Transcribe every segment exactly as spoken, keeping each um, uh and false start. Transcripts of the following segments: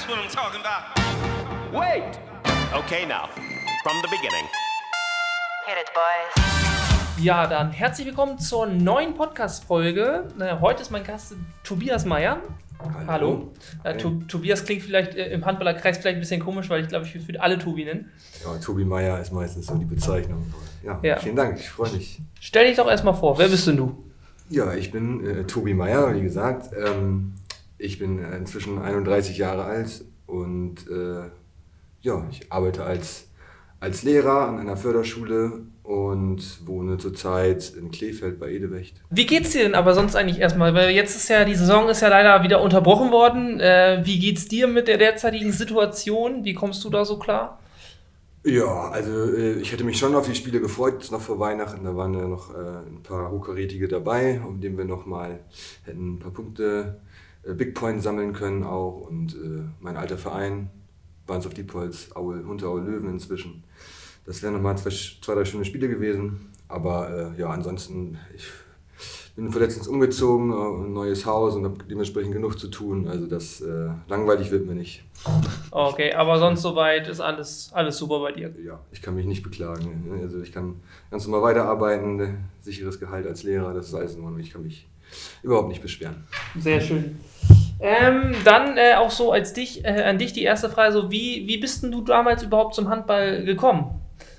what I'm talking about. Wait! Okay, now, from the beginning. Hit it, boys. Ja, dann herzlich willkommen zur neuen Podcast-Folge. Äh, heute ist mein Gast Tobias Meyer. Hallo. Hallo. Äh, Hey. To- Tobias klingt vielleicht äh, im Handballerkreis vielleicht ein bisschen komisch, weil ich glaube, ich würde alle Tobi nennen. Ja, Tobi Meyer ist meistens so die Bezeichnung. Ja, Ja. Vielen Dank, ich freue mich. Stell dich doch erstmal vor, wer bist denn du? Ja, ich bin äh, Tobi Meyer, wie gesagt. Ähm, ich bin äh, inzwischen einunddreißig Jahre alt und äh, ja, ich arbeite als, als Lehrer an einer Förderschule und wohne zurzeit in Kleefeld bei Edewecht. Wie geht's dir denn aber sonst eigentlich erstmal? Weil jetzt ist ja, die Saison ist ja leider wieder unterbrochen worden. Äh, wie geht's dir mit der derzeitigen Situation? Wie kommst du da so klar? Ja, also äh, ich hätte mich schon auf die Spiele gefreut, noch vor Weihnachten. Da waren ja noch äh, ein paar Hochkarätige dabei, um denen wir nochmal hätten ein paar Punkte, äh, Big Point sammeln können auch. Und äh, mein alter Verein, Barnes of Diepholz, Aue, Hunteraue Löwen inzwischen. Das wären nochmal zwei, zwei, drei schöne Spiele gewesen. Aber äh, ja, ansonsten, ich bin vorletztens umgezogen, äh, ein neues Haus und habe dementsprechend genug zu tun. Also das äh, langweilig wird mir nicht. Okay, aber sonst soweit ist alles, alles super bei dir. Ja, ich kann mich nicht beklagen. Also ich kann ganz normal weiterarbeiten, äh, sicheres Gehalt als Lehrer, das ist alles in Ordnung. Ich kann mich überhaupt nicht beschweren. Sehr schön. Ähm, dann äh, auch so als dich, äh, an dich die erste Frage, so wie, wie bist denn du damals überhaupt zum Handball gekommen?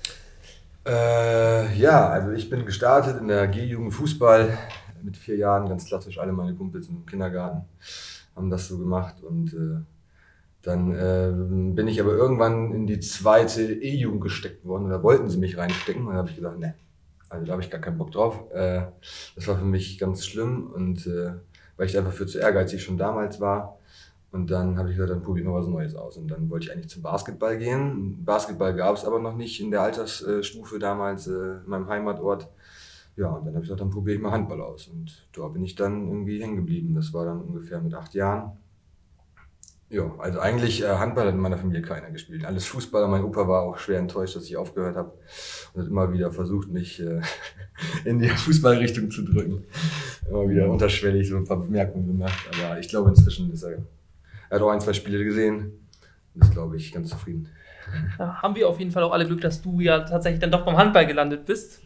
Äh, ja, also ich bin gestartet in der G-Jugend Fußball mit vier Jahren, ganz klassisch, alle meine Kumpels im Kindergarten haben das so gemacht und äh, dann äh, bin ich aber irgendwann in die zweite E-Jugend gesteckt worden oder wollten sie mich reinstecken und dann habe ich gesagt, ne, also da habe ich gar keinen Bock drauf. Äh, das war für mich ganz schlimm und äh, weil ich einfach für zu ehrgeizig schon damals war. Und dann habe ich gesagt, dann probiere ich mal was Neues aus. Und dann wollte ich eigentlich zum Basketball gehen. Basketball gab es aber noch nicht in der Altersstufe damals äh, in meinem Heimatort. Ja, und dann habe ich gesagt, dann probiere ich mal Handball aus. Und da bin ich dann irgendwie hängen geblieben. Das war dann ungefähr mit acht Jahren. Ja, also eigentlich äh, Handball hat in meiner Familie keiner gespielt. Alles Fußballer. Mein Opa war auch schwer enttäuscht, dass ich aufgehört habe. Und hat immer wieder versucht, mich äh, in die Fußballrichtung zu drücken. Immer wieder unterschwellig so ein paar Bemerkungen gemacht. Aber ich glaube, inzwischen ist er... Er hat auch ein, zwei Spiele gesehen und ist, glaube ich, ganz zufrieden. Ja, haben wir auf jeden Fall auch alle Glück, dass du ja tatsächlich dann doch beim Handball gelandet bist.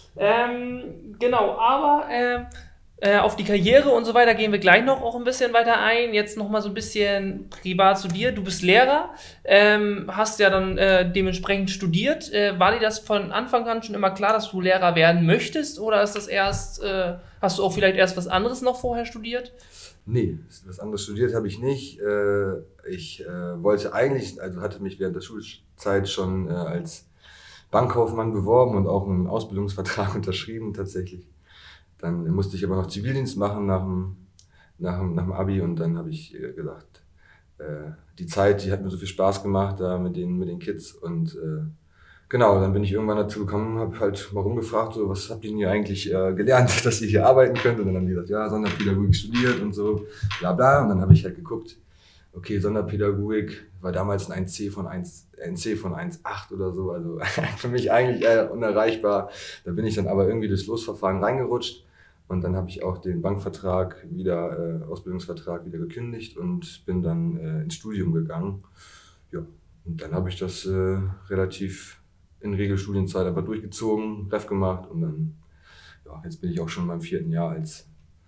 Ähm, genau, aber äh, äh, auf die Karriere und so weiter gehen wir gleich noch auch ein bisschen weiter ein. Jetzt noch mal so ein bisschen privat zu dir. Du bist Lehrer, ähm, hast ja dann äh, dementsprechend studiert. Äh, war dir das von Anfang an schon immer klar, dass du Lehrer werden möchtest? Oder ist das erst, äh, hast du auch vielleicht erst was anderes noch vorher studiert? Nee, was anderes studiert habe ich nicht. Äh, Ich äh, wollte eigentlich, also hatte mich während der Schulzeit schon äh, als Bankkaufmann beworben und auch einen Ausbildungsvertrag unterschrieben tatsächlich. Dann musste ich aber noch Zivildienst machen nach dem, nach dem, nach dem Abi und dann habe ich äh, gesagt, äh, die Zeit, die hat mir so viel Spaß gemacht da mit den, mit den Kids und äh, genau, dann bin ich irgendwann dazu gekommen, habe halt mal rumgefragt, so, was habt ihr denn hier eigentlich äh, gelernt, dass ihr hier arbeiten könnt? Und dann haben die gesagt, ja, Sonderpädagogik studiert und so, bla bla. Und dann habe ich halt geguckt, okay, Sonderpädagogik war damals ein C von eins, ein C von eins Komma acht oder so, also für mich eigentlich eher unerreichbar. Da bin ich dann aber irgendwie durchs Losverfahren reingerutscht und dann habe ich auch den Bankvertrag wieder, äh, Ausbildungsvertrag wieder gekündigt und bin dann äh, ins Studium gegangen. Ja, und dann habe ich das äh, relativ in Regelstudienzeit einfach durchgezogen, Ref gemacht und dann, ja, jetzt bin ich auch schon in meinem vierten Jahr als,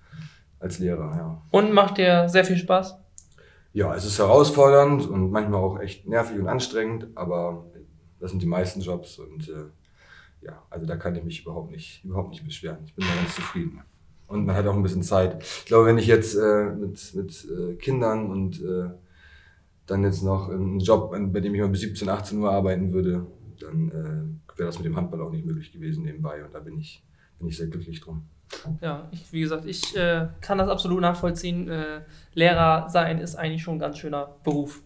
als Lehrer, ja. Und macht dir sehr viel Spaß? Ja, es ist herausfordernd und manchmal auch echt nervig und anstrengend, aber das sind die meisten Jobs und äh, ja, also da kann ich mich überhaupt nicht, überhaupt nicht beschweren. Ich bin da ganz zufrieden. Und man hat auch ein bisschen Zeit. Ich glaube, wenn ich jetzt äh, mit, mit äh, Kindern und äh, dann jetzt noch einen Job, bei dem ich mal bis siebzehn, achtzehn Uhr arbeiten würde, dann äh, wäre das mit dem Handball auch nicht möglich gewesen nebenbei und da bin ich, bin ich sehr glücklich drum. Ja, ich, wie gesagt, ich äh, kann das absolut nachvollziehen. Äh, Lehrer sein ist eigentlich schon ein ganz schöner Beruf.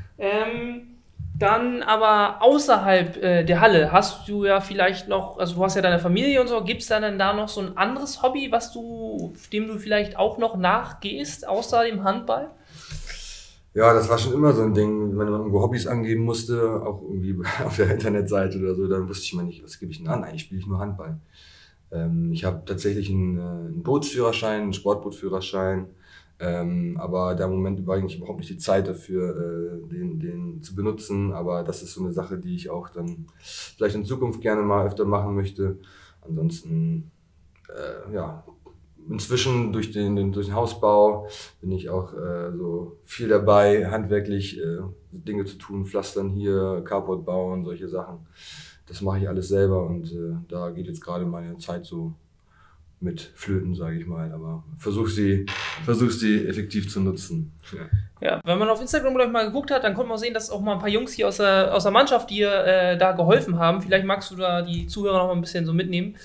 Ähm, dann aber außerhalb äh, der Halle hast du ja vielleicht noch, also du hast ja deine Familie und so, gibt es dann da noch so ein anderes Hobby, was du, dem du vielleicht auch noch nachgehst, außer dem Handball? Ja, das war schon immer so ein Ding, wenn man irgendwo Hobbys angeben musste, auch irgendwie auf der Internetseite oder so, dann wusste ich mal nicht, was gebe ich denn an, eigentlich spiele ich nur Handball. Ähm, ich habe tatsächlich einen, einen Bootsführerschein, einen Sportbootführerschein, Ähm, aber der Moment war eigentlich überhaupt nicht die Zeit dafür, äh, den, den zu benutzen. Aber das ist so eine Sache, die ich auch dann vielleicht in Zukunft gerne mal öfter machen möchte. Ansonsten, äh, ja, inzwischen durch den, den, durch den Hausbau bin ich auch äh, so viel dabei, handwerklich äh, Dinge zu tun, Pflastern hier, Carport bauen, solche Sachen. Das mache ich alles selber und äh, da geht jetzt gerade meine Zeit so mit flöten, sage ich mal, aber versuch sie, versuch sie effektiv zu nutzen. Ja. Ja, wenn man auf Instagram gleich mal geguckt hat, dann konnte man sehen, dass auch mal ein paar Jungs hier aus der, aus der Mannschaft dir äh, da geholfen haben. Vielleicht magst du da die Zuhörer noch mal ein bisschen so mitnehmen.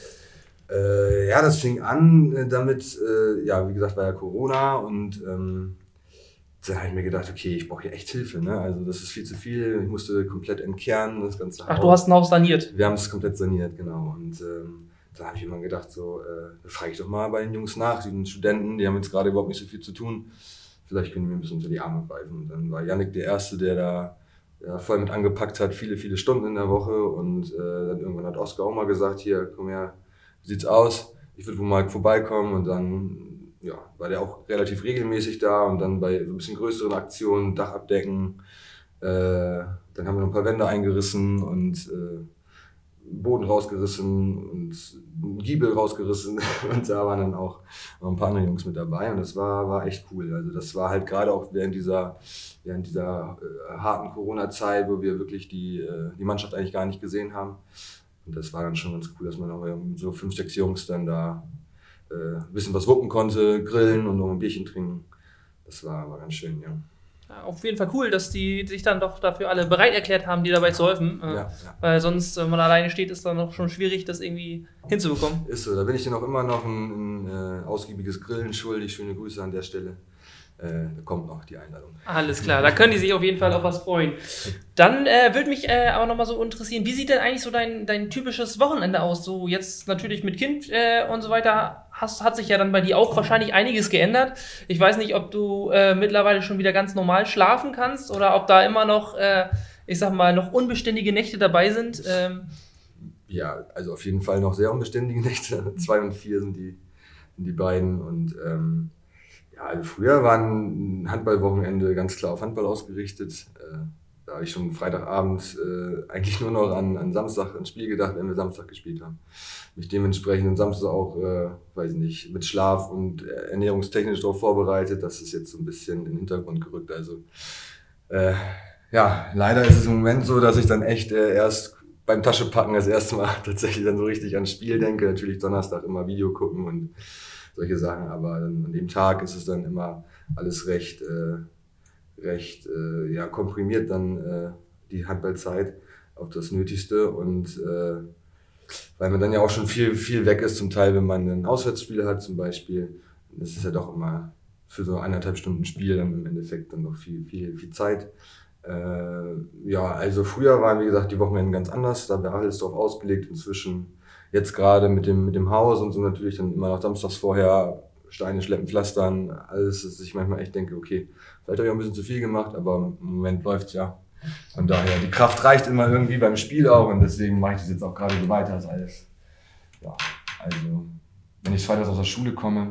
Äh, ja, das fing an äh, damit, äh, ja, wie gesagt, war ja Corona und ähm, dann habe ich mir gedacht, okay, ich brauche hier echt Hilfe, ne? Also das ist viel zu viel, ich musste komplett entkernen, das ganze Haus. Ach, du hast ein Haus saniert? Wir haben es komplett saniert, genau. Und ähm, da habe ich immer gedacht, so, äh, da frage ich doch mal bei den Jungs nach, die sind Studenten, die haben jetzt gerade überhaupt nicht so viel zu tun. Vielleicht können die mir ein bisschen unter die Arme greifen. Und dann war Yannick der Erste, der da ja, voll mit angepackt hat, viele, viele Stunden in der Woche. Und äh, dann irgendwann hat Oskar auch mal gesagt, hier, komm her, wie sieht's aus? Ich würde wohl mal vorbeikommen. Und dann ja, war der auch relativ regelmäßig da. Und dann bei so ein bisschen größeren Aktionen, Dach abdecken. Äh, dann haben wir noch ein paar Wände eingerissen und äh, Boden rausgerissen und Giebel rausgerissen und da waren dann auch noch ein paar andere Jungs mit dabei und das war, war echt cool. Also das war halt gerade auch während dieser, während dieser äh, harten Corona-Zeit, wo wir wirklich die, äh, die Mannschaft eigentlich gar nicht gesehen haben. Und das war dann schon ganz cool, dass man auch so fünf, sechs Jungs dann da äh, ein bisschen was wuppen konnte, grillen und noch ein Bierchen trinken. Das war, war ganz schön, ja. Ja, auf jeden Fall cool, dass die sich dann doch dafür alle bereit erklärt haben, dir dabei zu helfen. Ja, ja. Weil sonst, wenn man alleine steht, ist dann noch schon schwierig, das irgendwie hinzubekommen. Ist so, da bin ich dir noch immer noch ein, ein äh, ausgiebiges Grillen schuldig. Schöne Grüße an der Stelle. Äh, da kommt noch die Einladung. Alles klar, da können die sich auf jeden Fall auf was freuen. Dann äh, würde mich äh, aber nochmal so interessieren, wie sieht denn eigentlich so dein, dein typisches Wochenende aus? So jetzt natürlich mit Kind äh, und so weiter, hast, hat sich ja dann bei dir auch wahrscheinlich einiges geändert. Ich weiß nicht, ob du äh, mittlerweile schon wieder ganz normal schlafen kannst oder ob da immer noch, äh, ich sag mal, noch unbeständige Nächte dabei sind. Ähm. Ja, also auf jeden Fall noch sehr unbeständige Nächte. Zwei und vier sind die, sind die beiden und ähm, ja, also früher war ein Handballwochenende ganz klar auf Handball ausgerichtet. Äh, da habe ich schon Freitagabend äh, eigentlich nur noch an, an Samstag ins Spiel gedacht, wenn wir Samstag gespielt haben. Mich dementsprechend am Samstag auch, äh, weiß nicht, mit Schlaf und ernährungstechnisch darauf vorbereitet. Das ist jetzt so ein bisschen in den Hintergrund gerückt. Also äh, ja, leider ist es im Moment so, dass ich dann echt äh, erst beim Taschepacken das erste Mal tatsächlich dann so richtig ans Spiel denke. Natürlich Donnerstag immer Video gucken und solche Sachen, aber dann an dem Tag ist es dann immer alles recht, äh, recht äh, ja, komprimiert dann äh, die Handballzeit auf das Nötigste und äh, weil man dann ja auch schon viel, viel weg ist, zum Teil, wenn man ein Auswärtsspiel hat zum Beispiel, das ist ja doch immer für so eineinhalb Stunden Spiel dann im Endeffekt dann noch viel, viel, viel Zeit. Äh, ja, also früher waren, wie gesagt, die Wochenenden ganz anders, da war alles drauf ausgelegt, inzwischen jetzt gerade mit dem, mit dem Haus und so natürlich dann immer noch samstags vorher Steine schleppen, pflastern, alles, dass ich manchmal echt denke, okay, vielleicht habe ich auch ein bisschen zu viel gemacht, aber im Moment läuft's ja. Von daher, die Kraft reicht immer irgendwie beim Spiel auch und deswegen mache ich das jetzt auch gerade so weiter als alles. Ja, also, wenn ich freitags aus der Schule komme,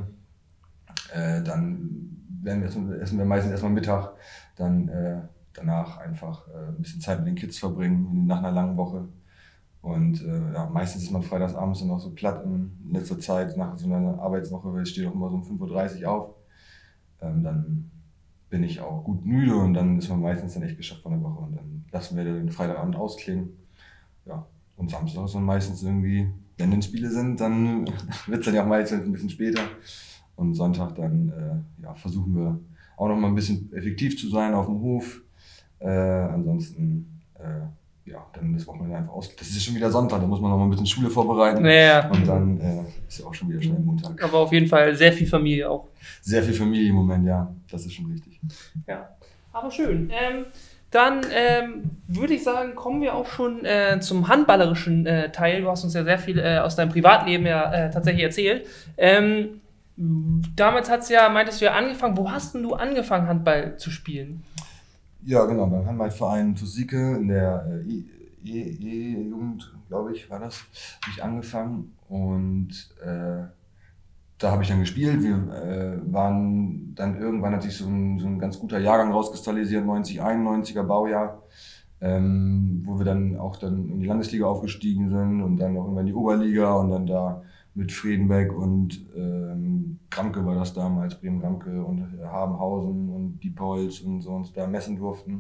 äh, dann werden wir, essen wir meistens erstmal Mittag, dann äh, danach einfach äh, ein bisschen Zeit mit den Kids verbringen, nach einer langen Woche. Und äh, ja, meistens ist man freitags abends dann auch so platt in letzter Zeit, nach so einer Arbeitswoche, weil ich stehe auch immer so um fünf Uhr dreißig auf. Ähm, dann bin ich auch gut müde und dann ist man meistens dann echt geschafft von der Woche. Und dann lassen wir den Freitagabend ausklingen. Ja, und Samstag ist dann meistens irgendwie, wenn denn Spiele sind, dann wird es dann ja auch meistens ein bisschen später. Und Sonntag dann äh, ja, versuchen wir auch noch mal ein bisschen effektiv zu sein auf dem Hof. Äh, ansonsten äh, ja, dann das Wochenende einfach aus. Das ist ja schon wieder Sonntag, da muss man noch mal ein bisschen Schule vorbereiten. Ja. Und dann äh, ist ja auch schon wieder schnell Montag. Aber auf jeden Fall sehr viel Familie auch. Sehr viel Familie im Moment, ja. Das ist schon richtig. Ja, aber schön. Ähm, dann ähm, würde ich sagen, kommen wir auch schon äh, zum handballerischen äh, Teil. Du hast uns ja sehr viel äh, aus deinem Privatleben ja äh, tatsächlich erzählt. Ähm, damals hat's ja, meintest du ja angefangen. Wo hast denn du angefangen, Handball zu spielen? Ja, genau, beim Handballverein Tusike in der äh, E-Jugend, glaube ich, war das, habe ich angefangen und äh, da habe ich dann gespielt. Wir äh, waren dann irgendwann, hat sich so ein, so ein ganz guter Jahrgang rauskristallisiert, neunzig, einundneunziger Baujahr, ähm, wo wir dann auch dann in die Landesliga aufgestiegen sind und dann noch irgendwann in die Oberliga und dann da mit Fredenbeck und ähm, Gramke war das damals, Bremen-Gramke und äh, Habenhausen und die Pauls und so uns da messen durften.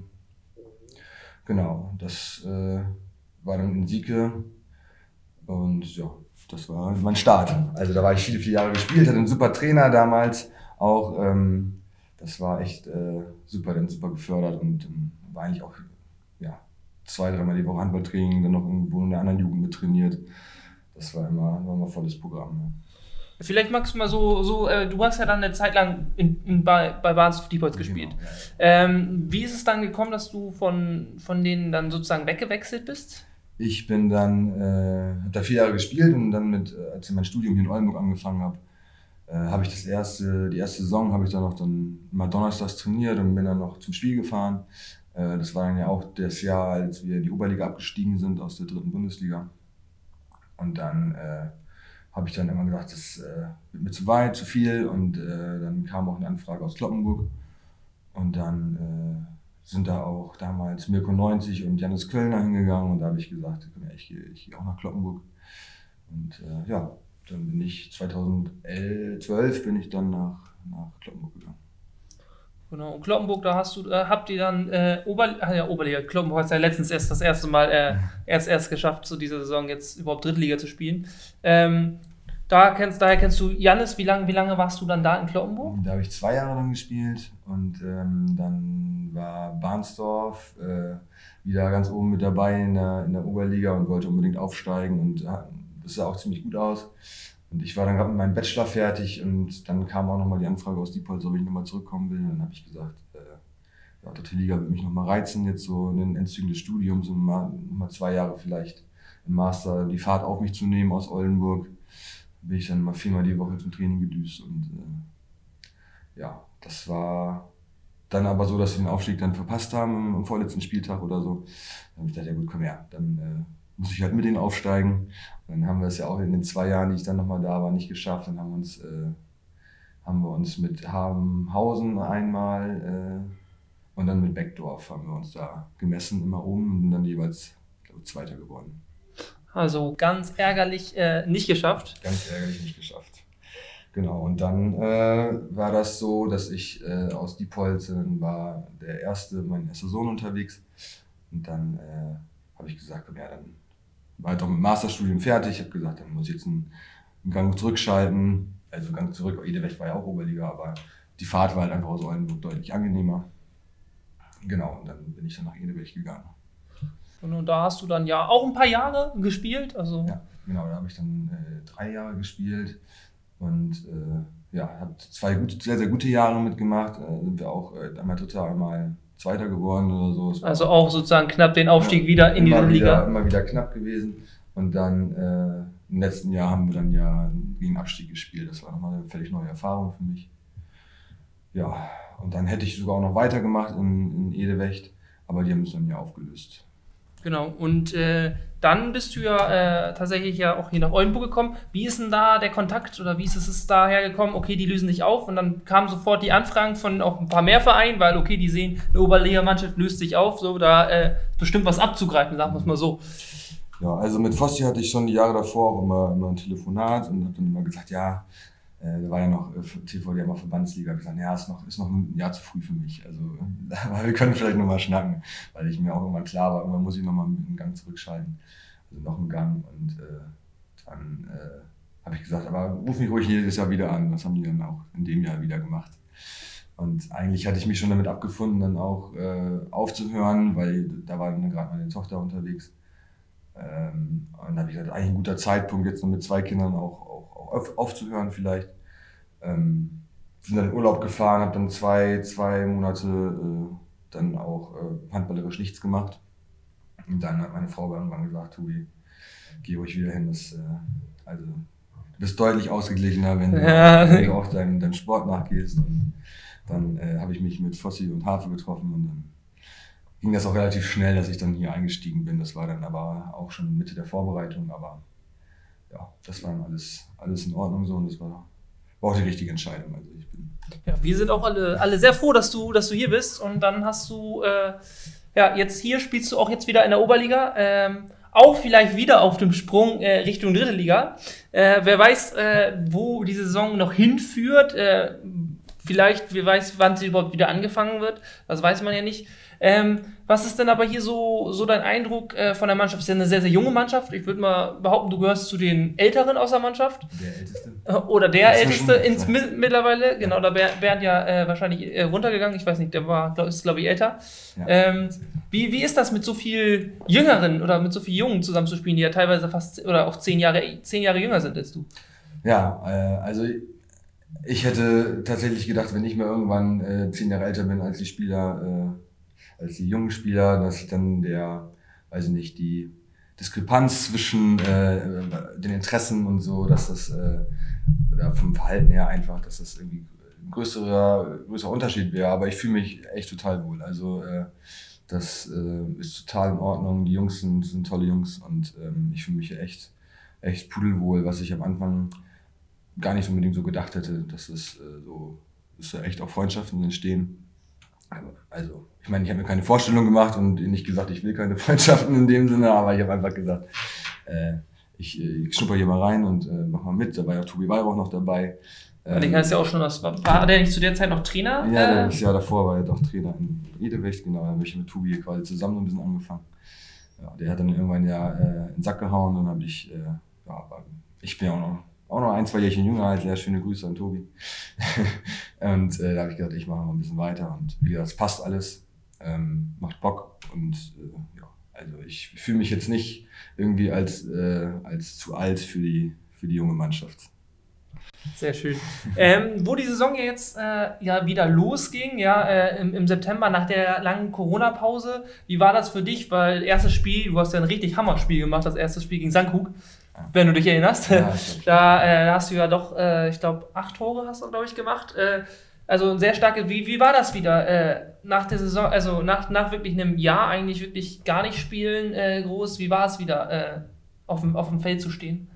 Genau, das äh, war dann in Sieke und ja, das war mein Start. Also da war ich viele, viele Jahre gespielt, hatte einen super Trainer damals auch. Ähm, das war echt äh, super, dann super gefördert und ähm, war eigentlich auch ja, zwei, dreimal die Woche Handballtraining, dann noch irgendwo in der anderen Jugend mit trainiert. Das war immer, war immer volles Programm. Ja. Vielleicht magst du mal so, so äh, du hast ja dann eine Zeit lang in, in, bei, bei Barnes of Diepholz gespielt. Genau, ja. Ähm, wie ist es dann gekommen, dass du von, von denen dann sozusagen weggewechselt bist? Ich bin dann, äh, habe da vier Jahre gespielt und dann mit, äh, als ich mein Studium hier in Oldenburg angefangen habe, äh, habe ich das erste, die erste Saison habe ich dann noch dann immer donnerstags trainiert und bin dann noch zum Spiel gefahren. Äh, das war dann ja auch das Jahr, als wir in die Oberliga abgestiegen sind aus der dritten Bundesliga. Und dann äh, habe ich dann immer gesagt, das äh, wird mir zu weit, zu viel und äh, dann kam auch eine Anfrage aus Cloppenburg und dann äh, sind da auch damals Mirko neunzig und Janis Kölner hingegangen und da habe ich gesagt, ich gehe ich geh auch nach Cloppenburg. Und äh, ja, dann bin ich zweitausendzwölf bin ich dann nach, nach Cloppenburg gegangen. Genau, und Cloppenburg, da hast du, äh, habt ihr dann äh, Ober, ach ja, Oberliga, Cloppenburg hat ja letztens erst das erste Mal äh, erst, erst geschafft, so diese Saison jetzt überhaupt Drittliga zu spielen. Ähm, Da kennst, daher kennst du Jannis, wie lange, wie lange warst du dann da in Cloppenburg? Da habe ich zwei Jahre lang gespielt und ähm, dann war Barnsdorf äh, wieder ganz oben mit dabei in der, in der Oberliga und wollte unbedingt aufsteigen und äh, das sah auch ziemlich gut aus. Und ich war dann gerade mit meinem Bachelor fertig und dann kam auch nochmal die Anfrage aus Diepholz, ob ich nochmal zurückkommen will. Und dann habe ich gesagt, äh, ja, dritte Liga wird mich nochmal reizen, jetzt so in den Endzügen des Studiums, um mal, mal zwei Jahre vielleicht im Master die Fahrt auf mich zu nehmen aus Oldenburg. Bin ich dann mal viermal die Woche zum Training gedüst und äh, ja, das war dann aber so, dass wir den Aufstieg dann verpasst haben im, im vorletzten Spieltag oder so. Dann habe ich gedacht, ja gut, komm her, dann äh, muss ich halt mit denen aufsteigen. Und dann haben wir es ja auch in den zwei Jahren, die ich dann nochmal da war, nicht geschafft. Dann haben wir uns, äh, haben wir uns mit Habenhausen einmal äh, und dann mit Beckdorf haben wir uns da gemessen, immer oben und dann jeweils, glaube ich, Zweiter geworden. Also ganz ärgerlich äh, nicht geschafft. Ganz ärgerlich nicht geschafft. Genau, und dann äh, war das so, dass ich äh, aus Diepholz war der erste, mein erster Sohn unterwegs. Und dann äh, habe ich gesagt, ja, dann war ich doch mit dem Masterstudium fertig. Ich habe gesagt, dann muss ich jetzt einen, einen Gang zurückschalten. Also einen Gang zurück, Edewecht war ja auch Oberliga, aber die Fahrt war halt einfach aus Oldenburg deutlich angenehmer. Genau, und dann bin ich dann nach Edewecht gegangen. Und da hast du dann ja auch ein paar Jahre gespielt. Also ja, genau, da habe ich dann äh, drei Jahre gespielt und äh, ja, habe zwei gut, sehr, sehr gute Jahre mitgemacht. Äh, sind wir auch äh, einmal Dritter, einmal Zweiter geworden oder so. Also auch sozusagen knapp den Aufstieg ja, wieder in die Liga. Wieder, immer wieder knapp gewesen. Und dann äh, im letzten Jahr haben wir dann ja gegen Abstieg gespielt. Das war nochmal eine völlig neue Erfahrung für mich. Ja, und dann hätte ich sogar auch noch weitergemacht in, in Edewecht, aber die haben es dann ja aufgelöst. Genau, und äh, dann bist du ja äh, tatsächlich ja auch hier nach Oldenburg gekommen. Wie ist denn da der Kontakt oder wie ist es daher gekommen? Okay, die lösen dich auf und dann kamen sofort die Anfragen von auch ein paar mehr Vereinen, weil okay, die sehen, eine Oberliga-Mannschaft löst sich auf, so da äh, bestimmt was abzugreifen, sagen wir es mal so. Ja, also mit Fossi hatte ich schon die Jahre davor auch immer, immer ein Telefonat und habe dann immer gesagt, ja, äh, da war ja noch äh, T V D immer Verbandsliga, ich gesagt, ja, ist noch, ist noch ein Jahr zu früh für mich. Also aber wir können vielleicht nochmal schnacken, weil ich mir auch irgendwann klar war, irgendwann muss ich nochmal einen Gang zurückschalten. Also noch einen Gang und äh, dann äh, habe ich gesagt, aber ruf mich ruhig jedes Jahr wieder an. Das haben die dann auch in dem Jahr wieder gemacht. Und eigentlich hatte ich mich schon damit abgefunden, dann auch äh, aufzuhören, weil da war dann gerade meine Tochter unterwegs. Ähm, und da habe ich gesagt, eigentlich ein guter Zeitpunkt, jetzt noch mit zwei Kindern auch, auch, auch auf, aufzuhören vielleicht. Ähm, sind dann in Urlaub gefahren, habe dann zwei, zwei Monate äh, dann auch äh, handballerisch nichts gemacht. Und dann hat meine Frau irgendwann gesagt, Tobi, geh ruhig wieder hin. Das, äh, also, du bist deutlich ausgeglichener, wenn du, ja. wenn du auch deinem, deinem Sport nachgehst. Und dann äh, habe ich mich mit Fossi und Hafe getroffen und dann ging das auch relativ schnell, dass ich dann hier eingestiegen bin. Das war dann aber auch schon Mitte der Vorbereitung, aber ja, das war dann alles, alles in Ordnung so und das war war auch die richtige Entscheidung. Also ich bin ja, wir sind auch alle, alle sehr froh, dass du, dass du hier bist und dann hast du, äh, ja, jetzt hier spielst du auch jetzt wieder in der Oberliga, ähm, auch vielleicht wieder auf dem Sprung äh, Richtung dritte Liga. Äh, wer weiß, äh, wo die Saison noch hinführt, äh, vielleicht, wer weiß, wann sie überhaupt wieder angefangen wird, das weiß man ja nicht. Ähm, was ist denn aber hier so, so dein Eindruck äh, von der Mannschaft? Es ist ja eine sehr, sehr junge Mannschaft. Ich würde mal behaupten, du gehörst zu den Älteren aus der Mannschaft. der Älteste. Äh, oder der Inzwischen, Älteste ins, ja. mi- mittlerweile. Genau, da wäre Bernd ja äh, wahrscheinlich äh, runtergegangen. Ich weiß nicht, der war, glaub, ist glaube ich älter. Ja. Ähm, wie, wie ist das mit so viel Jüngeren oder mit so viel Jungen zusammenzuspielen, die ja teilweise fast oder auch zehn Jahre, zehn Jahre jünger sind als du? Ja, äh, also ich hätte tatsächlich gedacht, wenn ich mal irgendwann äh, zehn Jahre älter bin als die Spieler, äh, als die jungen Spieler, dass ich dann der, weiß ich nicht, die Diskrepanz zwischen äh, den Interessen und so, dass das, äh, oder vom Verhalten her einfach, dass das irgendwie ein größerer, größerer Unterschied wäre. Aber ich fühle mich echt total wohl. Also äh, das äh, ist total in Ordnung. Die Jungs sind, sind tolle Jungs und ähm, ich fühle mich echt, echt pudelwohl, was ich am Anfang gar nicht unbedingt so gedacht hätte, dass es äh, so, dass da echt auch Freundschaften entstehen. Also, ich meine, ich habe mir keine Vorstellung gemacht und nicht gesagt, ich will keine Freundschaften in dem Sinne, aber ich habe einfach gesagt, äh, ich, ich schnupper hier mal rein und äh, mach mal mit. Da war ja Tobi Weihrauch noch dabei. Ähm, den kannst du ja auch schon, was, war der nicht zu der Zeit noch Trainer? Ja, äh? das Jahr davor war er doch Trainer in Edewecht, genau. Da habe ich mit Tobi quasi zusammen so ein bisschen angefangen. Ja, der hat dann irgendwann ja äh, in den Sack gehauen und dann habe ich, äh, ja, ich bin ja auch noch Auch noch ein, zwei Jährchen jünger, halt sehr schöne Grüße an Tobi. und äh, da habe ich gedacht, ich mache mal ein bisschen weiter. Und wie gesagt, es passt alles, ähm, macht Bock. Und äh, ja, also ich fühle mich jetzt nicht irgendwie als, äh, als zu alt für die, für die junge Mannschaft. Sehr schön. ähm, wo die Saison ja jetzt äh, ja wieder losging, ja, äh, im, im September nach der langen Corona-Pause, wie war das für dich? Weil erstes Spiel, du hast ja ein richtig Hammerspiel gemacht, das erste Spiel gegen Sandkrug, ja. Wenn du dich erinnerst. Ja, da äh, hast du ja doch, äh, ich glaube, acht Tore hast du, glaube ich, gemacht. Äh, also ein sehr starke, wie, wie war das wieder äh, nach der Saison, also nach, nach wirklich einem Jahr eigentlich wirklich gar nicht spielen äh, groß, wie war es wieder äh, auf dem, auf dem Feld zu stehen?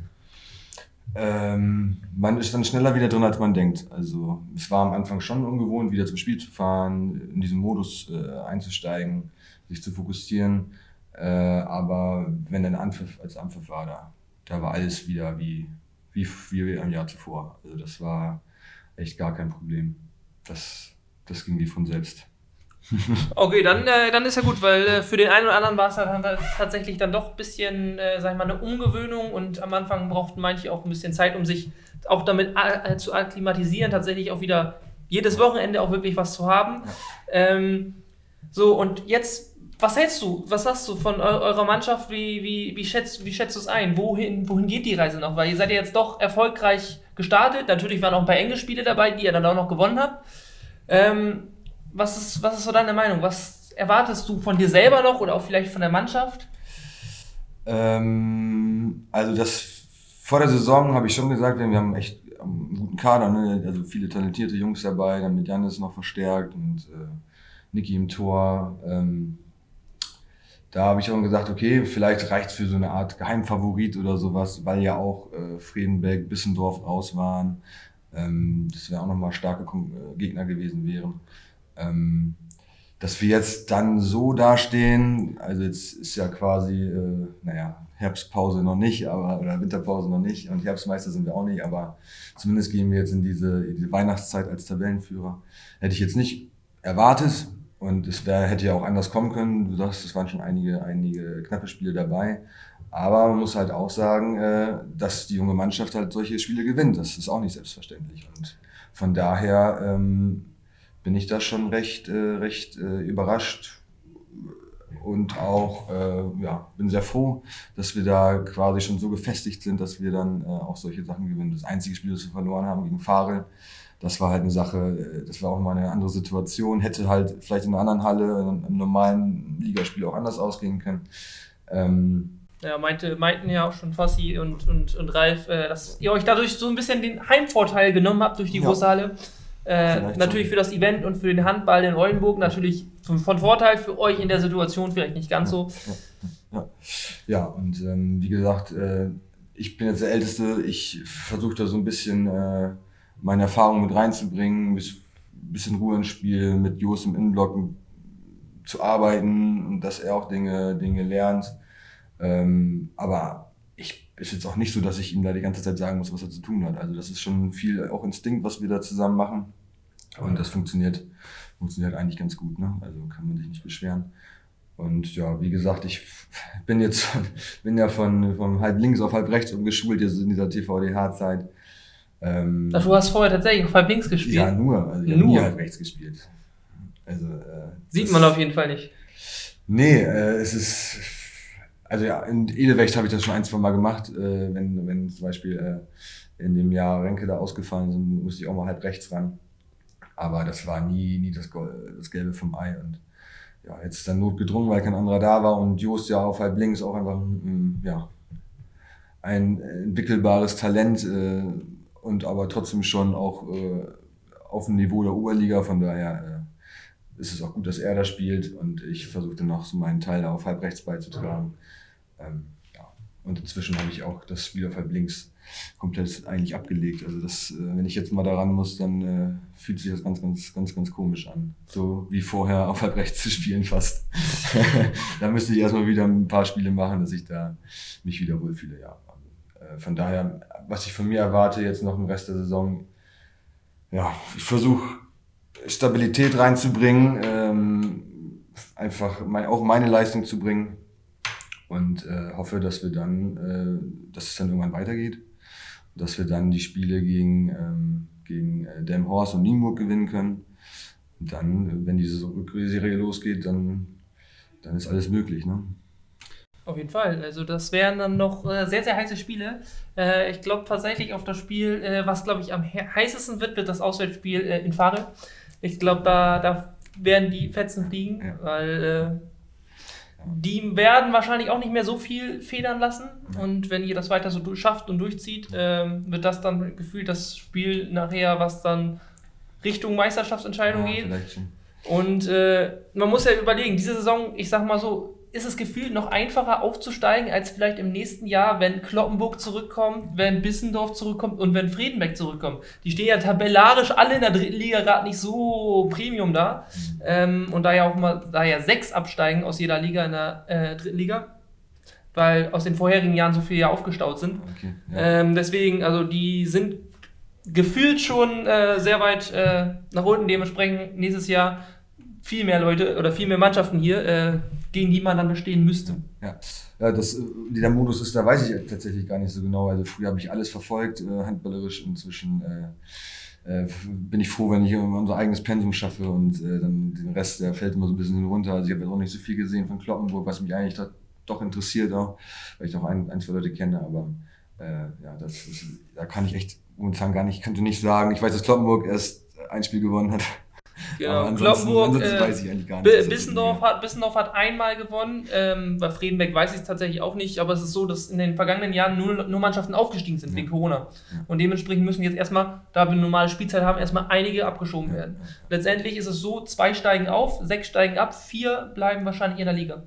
Ähm, man ist dann schneller wieder drin, als man denkt. Also es war am Anfang schon ungewohnt, wieder zum Spiel zu fahren, in diesen Modus äh, einzusteigen, sich zu fokussieren. Äh, aber wenn dann Anpfiff als Anpfiff war, da, da war alles wieder wie, wie, wie im Jahr zuvor. Also das war echt gar kein Problem. Das, das ging wie von selbst. Okay, dann, äh, dann ist ja gut, weil äh, für den einen oder anderen war es dann tatsächlich dann doch ein bisschen, äh, sag ich mal, eine Umgewöhnung und am Anfang brauchten manche auch ein bisschen Zeit, um sich auch damit äh, zu akklimatisieren, tatsächlich auch wieder jedes Wochenende auch wirklich was zu haben. Ja. Ähm, so, und jetzt, was hältst du, was sagst du von eu- eurer Mannschaft, wie, wie, wie schätzt, wie schätzt du es ein? Wohin, wohin geht die Reise noch? Weil ihr seid ja jetzt doch erfolgreich gestartet, natürlich waren auch ein paar enge Spiele dabei, die ihr dann auch noch gewonnen habt. Ähm, Was ist, was ist so deine Meinung? Was erwartest du von dir selber noch oder auch vielleicht von der Mannschaft? Ähm, also das vor der Saison habe ich schon gesagt, wir haben echt einen guten Kader, ne? Also viele talentierte Jungs dabei, dann mit Jannis noch verstärkt und äh, Niki im Tor. Ähm, da habe ich schon gesagt, okay, vielleicht reicht es für so eine Art Geheimfavorit oder sowas, weil ja auch äh, Fredenberg, Bissendorf raus waren. Ähm, das wäre auch nochmal starke äh, Gegner gewesen wären. Ähm, dass wir jetzt dann so dastehen, also jetzt ist ja quasi, äh, naja, Herbstpause noch nicht, aber oder Winterpause noch nicht und Herbstmeister sind wir auch nicht, aber zumindest gehen wir jetzt in diese, in diese Weihnachtszeit als Tabellenführer. Hätte ich jetzt nicht erwartet und es wär, hätte ja auch anders kommen können. Du sagst, es waren schon einige, einige knappe Spiele dabei, aber man muss halt auch sagen, äh, dass die junge Mannschaft halt solche Spiele gewinnt. Das ist auch nicht selbstverständlich und von daher ähm, bin ich da schon recht, äh, recht äh, überrascht und auch äh, ja, bin sehr froh, dass wir da quasi schon so gefestigt sind, dass wir dann äh, auch solche Sachen gewinnen. Das einzige Spiel, das wir verloren haben gegen Farel, das war halt eine Sache, das war auch mal eine andere Situation, hätte halt vielleicht in einer anderen Halle, im normalen Ligaspiel auch anders ausgehen können. Ähm, Ja, meinte, meinten ja auch schon Fassi und, und, und Ralf, äh, dass ihr euch dadurch so ein bisschen den Heimvorteil genommen habt durch die ja. große Halle. Äh, natürlich für das Event und für den Handball in Oldenburg natürlich von, von Vorteil, für euch in der Situation vielleicht nicht ganz so. Ja, ja. ja und ähm, wie gesagt, äh, ich bin jetzt der Älteste, ich versuche da so ein bisschen äh, meine Erfahrung mit reinzubringen, ein bisschen Ruhe ins Spiel, mit Jos im Innenblock zu arbeiten und dass er auch Dinge, Dinge lernt. Ähm, aber ich ist jetzt auch nicht so, dass ich ihm da die ganze Zeit sagen muss, was er zu tun hat. Also das ist schon viel auch Instinkt, was wir da zusammen machen. Und das funktioniert, funktioniert eigentlich ganz gut, ne? Also kann man sich nicht beschweren. Und ja, wie gesagt, ich bin jetzt bin ja von, von halb links auf halb rechts umgeschult jetzt in dieser T V D H-Zeit. Ähm, Ach, du hast vorher tatsächlich auf halb links gespielt? Ja, nur. Also ich habe nie halb rechts gespielt. Also, äh, Sieht man auf jeden Fall nicht. Nee, äh, es ist... Also ja, in Edelwächt habe ich das schon ein, zwei Mal gemacht. Äh, wenn, wenn zum Beispiel äh, in dem Jahr Renke da ausgefallen sind, musste ich auch mal halb rechts ran. Aber das war nie, nie das, das Gelbe vom Ei. Und ja, jetzt ist dann notgedrungen, weil kein anderer da war. Und Jost ja auf halb links auch einfach ein, ja, ein entwickelbares Talent äh, und aber trotzdem schon auch äh, auf dem Niveau der Oberliga. Von daher äh, ist es auch gut, dass er da spielt. Und ich versuche dann noch so meinen Teil da auf halb rechts beizutragen. Ähm, ja. Und inzwischen habe ich auch das Spiel auf halb links komplett eigentlich abgelegt. Also das, äh, wenn ich jetzt mal daran muss, dann äh, fühlt sich das ganz, ganz, ganz, ganz komisch an. So wie vorher auf halb rechts zu spielen fast. Da müsste ich erstmal wieder ein paar Spiele machen, dass ich da mich wieder wohlfühle. Ja. Äh, von daher, was ich von mir erwarte jetzt noch im Rest der Saison, ja, ich versuche Stabilität reinzubringen, ähm, einfach mein, auch meine Leistung zu bringen. Und äh, hoffe, dass wir dann, äh, dass es dann irgendwann weitergeht. Dass wir dann die Spiele gegen, ähm, gegen äh, Delmenhorst und Nienburg gewinnen können. Und dann, wenn diese Serie losgeht, dann, dann ist alles möglich. Ne? Auf jeden Fall. Also das wären dann noch äh, sehr, sehr heiße Spiele. Äh, ich glaube tatsächlich auf das Spiel, äh, was glaube ich am he- heißesten wird, wird das Auswärtsspiel äh, in Fahre. Ich glaube, da, da werden die Fetzen fliegen, ja. weil... Äh, Die werden wahrscheinlich auch nicht mehr so viel federn lassen. Und wenn ihr das weiter so schafft und durchzieht, ähm, wird das dann gefühlt das Spiel nachher, was dann Richtung Meisterschaftsentscheidung ja, geht. Und äh, man muss ja überlegen, diese Saison, ich sag mal so, ist es gefühlt noch einfacher aufzusteigen, als vielleicht im nächsten Jahr, wenn Cloppenburg zurückkommt, wenn Bissendorf zurückkommt und wenn Fredenbeck zurückkommt. Die stehen ja tabellarisch alle in der dritten Liga gerade nicht so Premium da. Ähm, und da ja auch mal, da ja sechs absteigen aus jeder Liga in der äh, dritten Liga, weil aus den vorherigen Jahren so viele ja aufgestaut sind. Okay, ja. ähm, deswegen, also die sind gefühlt schon äh, sehr weit äh, nach unten, dementsprechend nächstes Jahr viel mehr Leute oder viel mehr Mannschaften hier, äh, gegen die man dann bestehen müsste. Ja, ja das, wie der Modus ist, da weiß ich tatsächlich gar nicht so genau. Also früher habe ich alles verfolgt, äh, handballerisch. Inzwischen äh, äh, bin ich froh, wenn ich unser eigenes Pensum schaffe und äh, dann den Rest, der fällt immer so ein bisschen runter. Also ich habe jetzt auch nicht so viel gesehen von Cloppenburg, was mich eigentlich da, doch interessiert auch, weil ich auch ein, ein, zwei Leute kenne, aber äh, ja, das ist, da kann ich echt momentan gar nicht, ich könnte nicht sagen. Ich weiß, dass Cloppenburg erst ein Spiel gewonnen hat. Genau, Cloppenburg, äh, weiß ich eigentlich gar nicht, Bissendorf, hat, Bissendorf hat einmal gewonnen, ähm, bei Fredenbeck weiß ich es tatsächlich auch nicht, aber es ist so, dass in den vergangenen Jahren nur, nur Mannschaften aufgestiegen sind ja. wegen Corona. Ja. Und dementsprechend müssen jetzt erstmal, da wir eine normale Spielzeit haben, erstmal einige abgeschoben ja. werden. Letztendlich ist es so, zwei steigen auf, sechs steigen ab, vier bleiben wahrscheinlich in der Liga.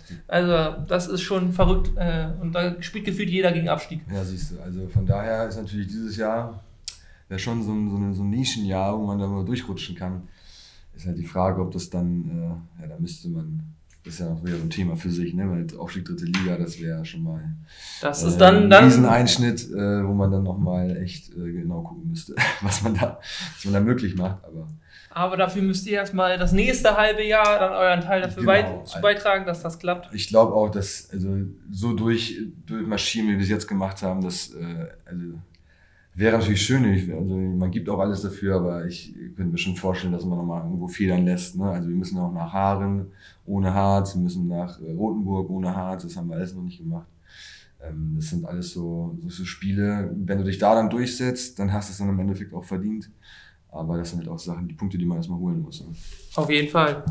Also das ist schon verrückt äh, und da spielt gefühlt jeder gegen Abstieg. Ja, siehst du, also von daher ist natürlich dieses Jahr ja schon so ein, so ein, so ein Nischenjahr, wo man da mal durchrutschen kann. Ist halt die Frage, ob das dann, äh, ja, da müsste man, das ist ja noch wieder so ein Thema für sich, ne, weil Aufstieg dritte Liga, das wäre schon mal das ist äh, dann, ein Rieseneinschnitt, äh, wo man dann nochmal echt äh, genau gucken müsste, was man da, was man da möglich macht. Aber, aber dafür müsst ihr erstmal das nächste halbe Jahr dann euren Teil dafür genau, weit, zu beitragen, dass das klappt. Ich glaube auch, dass also so durch, durch Maschinen, wie wir es jetzt gemacht haben, dass äh, also wäre natürlich schön, also man gibt auch alles dafür, aber ich könnte mir schon vorstellen, dass man nochmal irgendwo federn lässt. Ne? Also wir müssen auch nach Haaren ohne Harz, wir müssen nach Rothenburg ohne Harz, das haben wir alles noch nicht gemacht. Ähm, das sind alles so, so Spiele, wenn du dich da dann durchsetzt, dann hast du es dann im Endeffekt auch verdient. Aber das sind halt auch Sachen, die Punkte, die man erstmal holen muss. Ne? Auf jeden Fall.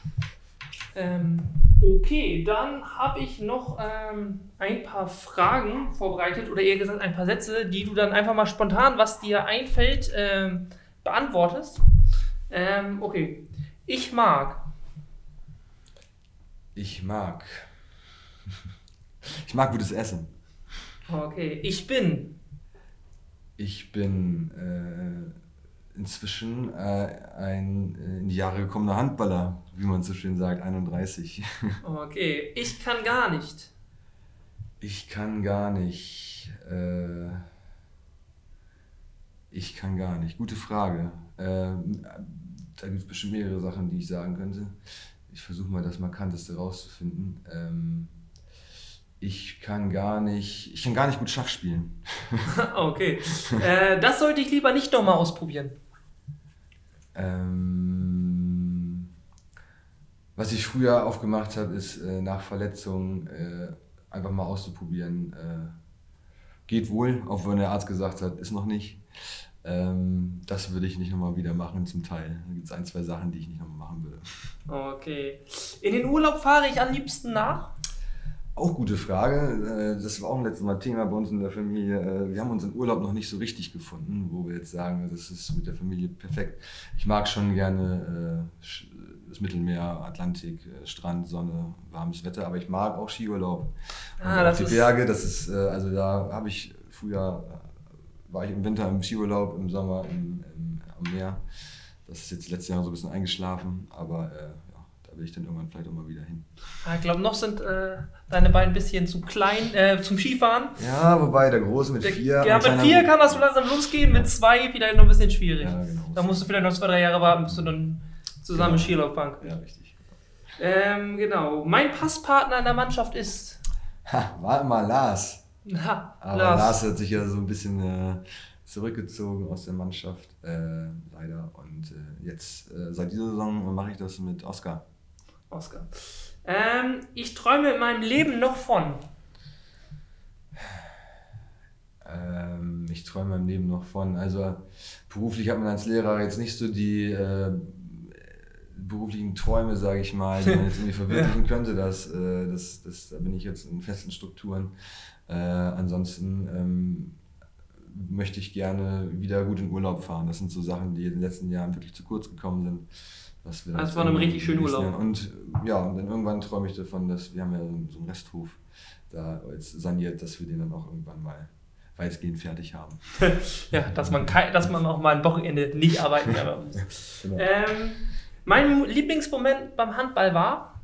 Ähm, okay, dann habe ich noch ähm, ein paar Fragen vorbereitet oder eher gesagt ein paar Sätze, die du dann einfach mal spontan, was dir einfällt, ähm, beantwortest. Ähm, okay, ich mag. Ich mag. Ich mag gutes Essen. Okay, ich bin. Ich bin äh, inzwischen äh, ein äh, in die Jahre gekommener Handballer, wie man so schön sagt, einunddreißig. Okay, ich kann gar nicht. Ich kann gar nicht. Äh, ich kann gar nicht. Gute Frage. Äh, da gibt es bestimmt mehrere Sachen, die ich sagen könnte. Ich versuche mal das Markanteste rauszufinden. Ähm, ich kann gar nicht. Ich kann gar nicht gut Schach spielen. Okay. Äh, das sollte ich lieber nicht nochmal ausprobieren. Ähm, was ich früher aufgemacht habe, ist äh, nach Verletzungen äh, einfach mal auszuprobieren. Äh, geht wohl, auch wenn der Arzt gesagt hat, ist noch nicht. Ähm, das würde ich nicht nochmal wieder machen zum Teil. Da gibt es ein, zwei Sachen, die ich nicht nochmal machen würde. Okay. In den Urlaub fahre ich am liebsten nach? Auch gute Frage. Das war auch letztes Mal Thema bei uns in der Familie. Wir haben unseren Urlaub noch nicht so richtig gefunden, wo wir jetzt sagen, das ist mit der Familie perfekt. Ich mag schon gerne das Mittelmeer, Atlantik, Strand, Sonne, warmes Wetter, aber ich mag auch Skiurlaub. Ah, und das die ist Berge, das ist, also da habe ich früher, war ich im Winter im Skiurlaub, im Sommer im, im, am Meer. Das ist jetzt letztes Jahr so ein bisschen eingeschlafen, aber äh, will ich dann irgendwann vielleicht auch mal wieder hin. Ich glaube, noch sind äh, deine beiden ein bisschen zu klein äh, zum Skifahren. Ja, wobei der Große mit der, vier... Ja, mit vier kann das so langsam losgehen, mit zwei vielleicht noch ein bisschen schwierig. Ja, genau. Da musst du vielleicht noch zwei, drei Jahre warten, bis du dann zusammen genau. Skiurlaub fahren kannst. Ja, richtig. Ähm, genau. Mein Passpartner in der Mannschaft ist... Ha, war immer Lars. Ha, Aber Lars. Lars hat sich ja so ein bisschen äh, zurückgezogen aus der Mannschaft, äh, leider. Und äh, jetzt, äh, seit dieser Saison mache ich das mit Oskar. Oskar. Ähm, ich träume in meinem Leben noch von. Ähm, ich träume in meinem Leben noch von. Also beruflich hat man als Lehrer jetzt nicht so die äh, beruflichen Träume, sage ich mal, die man jetzt irgendwie verwirklichen ja. könnte. Das, äh, das, das, da bin ich jetzt in festen Strukturen. Äh, ansonsten ähm, möchte ich gerne wieder gut in Urlaub fahren. Das sind so Sachen, die in den letzten Jahren wirklich zu kurz gekommen sind. Das also war ein richtig schöner Urlaub. Jahren. Und ja, und dann irgendwann träume ich davon, dass wir haben ja so einen Resthof da jetzt saniert, dass wir den dann auch irgendwann mal weitgehend fertig haben. Ja, dass man, kein, dass man auch mal ein Wochenende nicht arbeiten kann. Genau. ähm, mein Lieblingsmoment beim Handball war?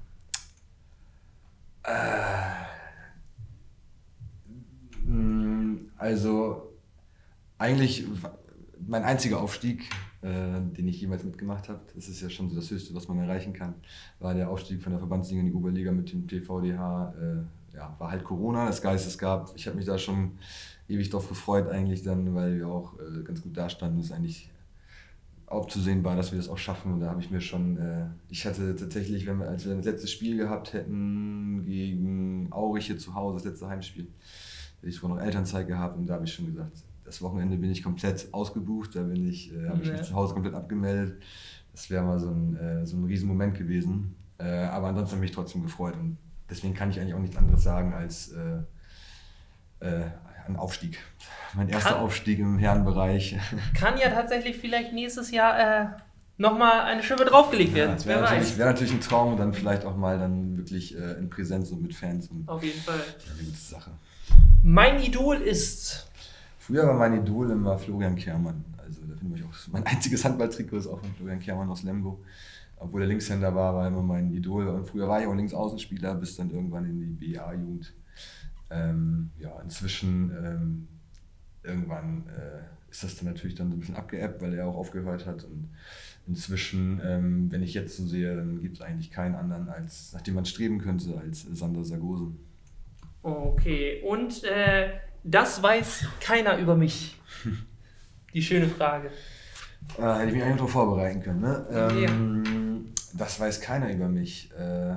Also eigentlich mein einziger Aufstieg, äh, den ich jemals mitgemacht habe, das ist ja schon so das Höchste, was man erreichen kann, war der Aufstieg von der Verbandsliga in die Oberliga mit dem T V D H. Äh, ja, war halt Corona, das Geist es gab. Ich habe mich da schon ewig drauf gefreut eigentlich dann, weil wir auch äh, ganz gut dastanden. Es ist eigentlich abzusehen war, dass wir das auch schaffen. Und da habe ich mir schon, äh, ich hatte tatsächlich, wenn wir, als wir das letzte Spiel gehabt hätten gegen Aurich hier zu Hause, das letzte Heimspiel, hätte ich sogar noch Elternzeit gehabt und da habe ich schon gesagt, das Wochenende bin ich komplett ausgebucht, da bin ich, äh, habe ich mich ja. zu Hause komplett abgemeldet. Das wäre mal so ein, äh, so ein Riesenmoment gewesen. Äh, aber ansonsten habe ich mich trotzdem gefreut und deswegen kann ich eigentlich auch nichts anderes sagen als äh, äh, ein Aufstieg. Mein erster kann, Aufstieg im Herrenbereich. Kann ja tatsächlich vielleicht nächstes Jahr äh, nochmal eine Schippe draufgelegt werden. Ja, das wäre natürlich, wär natürlich ein Traum und dann vielleicht auch mal dann wirklich äh, in Präsenz und mit Fans. Und auf jeden Fall. Eine gute Sache. Mein Idol ist... Früher war mein Idol immer Florian Kehrmann. Also da finde ich auch, mein einziges Handballtrikot ist auch von Florian Kehrmann aus Lemgo. Obwohl er Linkshänder war, war immer mein Idol. Und früher war ich auch Linksaußenspieler, bis dann irgendwann in die B A-Jugend. Ähm, ja, inzwischen ähm, irgendwann äh, ist das dann natürlich dann so ein bisschen abgeebbt, weil er auch aufgehört hat. Und inzwischen, ähm, wenn ich jetzt so sehe, dann gibt es eigentlich keinen anderen, als, nach dem man streben könnte, als Sander Sargose. Okay, und äh, das weiß keiner über mich. Die schöne Frage. Äh, hätte ich mich eigentlich noch vorbereiten können. Ne? Ähm, ja. Das weiß keiner über mich. Äh,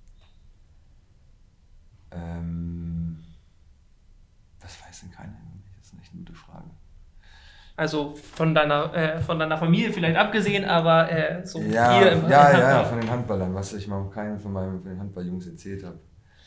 ähm, was weiß denn keiner über mich? Das ist eine echt gute Frage. Also von deiner, äh, von deiner Familie vielleicht abgesehen, aber äh, so ja, hier im Ja, Handball. ja, von den Handballern, was ich mal keinem von meinen von den Handballjungs erzählt habe.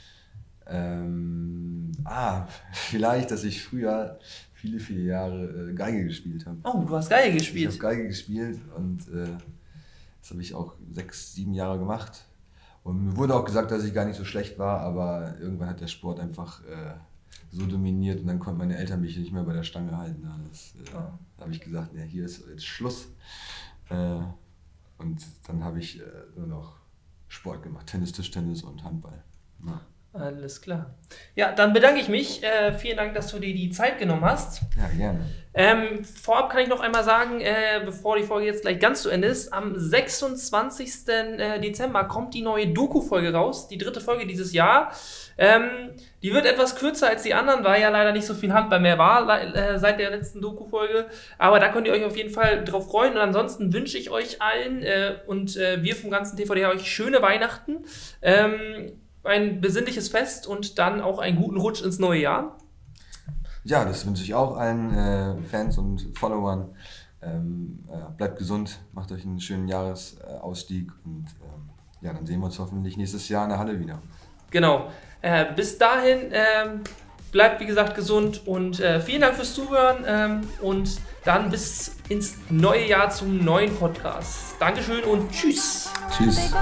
Ähm, ah, vielleicht, dass ich früher viele, viele Jahre äh, Geige gespielt habe. Oh, du hast Geige gespielt? Ich habe Geige gespielt und äh, das habe ich auch sechs, sieben Jahre gemacht. Und mir wurde auch gesagt, dass ich gar nicht so schlecht war, aber irgendwann hat der Sport einfach äh, so dominiert und dann konnten meine Eltern mich nicht mehr bei der Stange halten. Das, äh, Ja. Da habe ich gesagt, ja, hier ist jetzt Schluss. Äh, und dann habe ich äh, nur noch Sport gemacht, Tennis, Tischtennis und Handball. Ja. Alles klar. Ja, dann bedanke ich mich. Äh, vielen Dank, dass du dir die Zeit genommen hast. Ja, gerne. Ähm, vorab kann ich noch einmal sagen, äh, bevor die Folge jetzt gleich ganz zu Ende ist, am sechsundzwanzigsten Dezember kommt die neue Doku-Folge raus, die dritte Folge dieses Jahr. Ähm, die wird etwas kürzer als die anderen, weil ja leider nicht so viel Handball mehr war äh, seit der letzten Doku-Folge. Aber da könnt ihr euch auf jeden Fall drauf freuen. Und ansonsten wünsche ich euch allen äh, und äh, wir vom ganzen T V D euch schöne Weihnachten. Ähm, ein besinnliches Fest und dann auch einen guten Rutsch ins neue Jahr. Ja, das wünsche ich auch allen äh, Fans und Followern. Ähm, äh, bleibt gesund, macht euch einen schönen Jahresausstieg und ähm, ja, dann sehen wir uns hoffentlich nächstes Jahr in der Halle wieder. Genau. Äh, bis dahin ähm, bleibt wie gesagt gesund und äh, vielen Dank fürs Zuhören ähm, und dann bis ins neue Jahr zum neuen Podcast. Dankeschön und tschüss. Tschüss.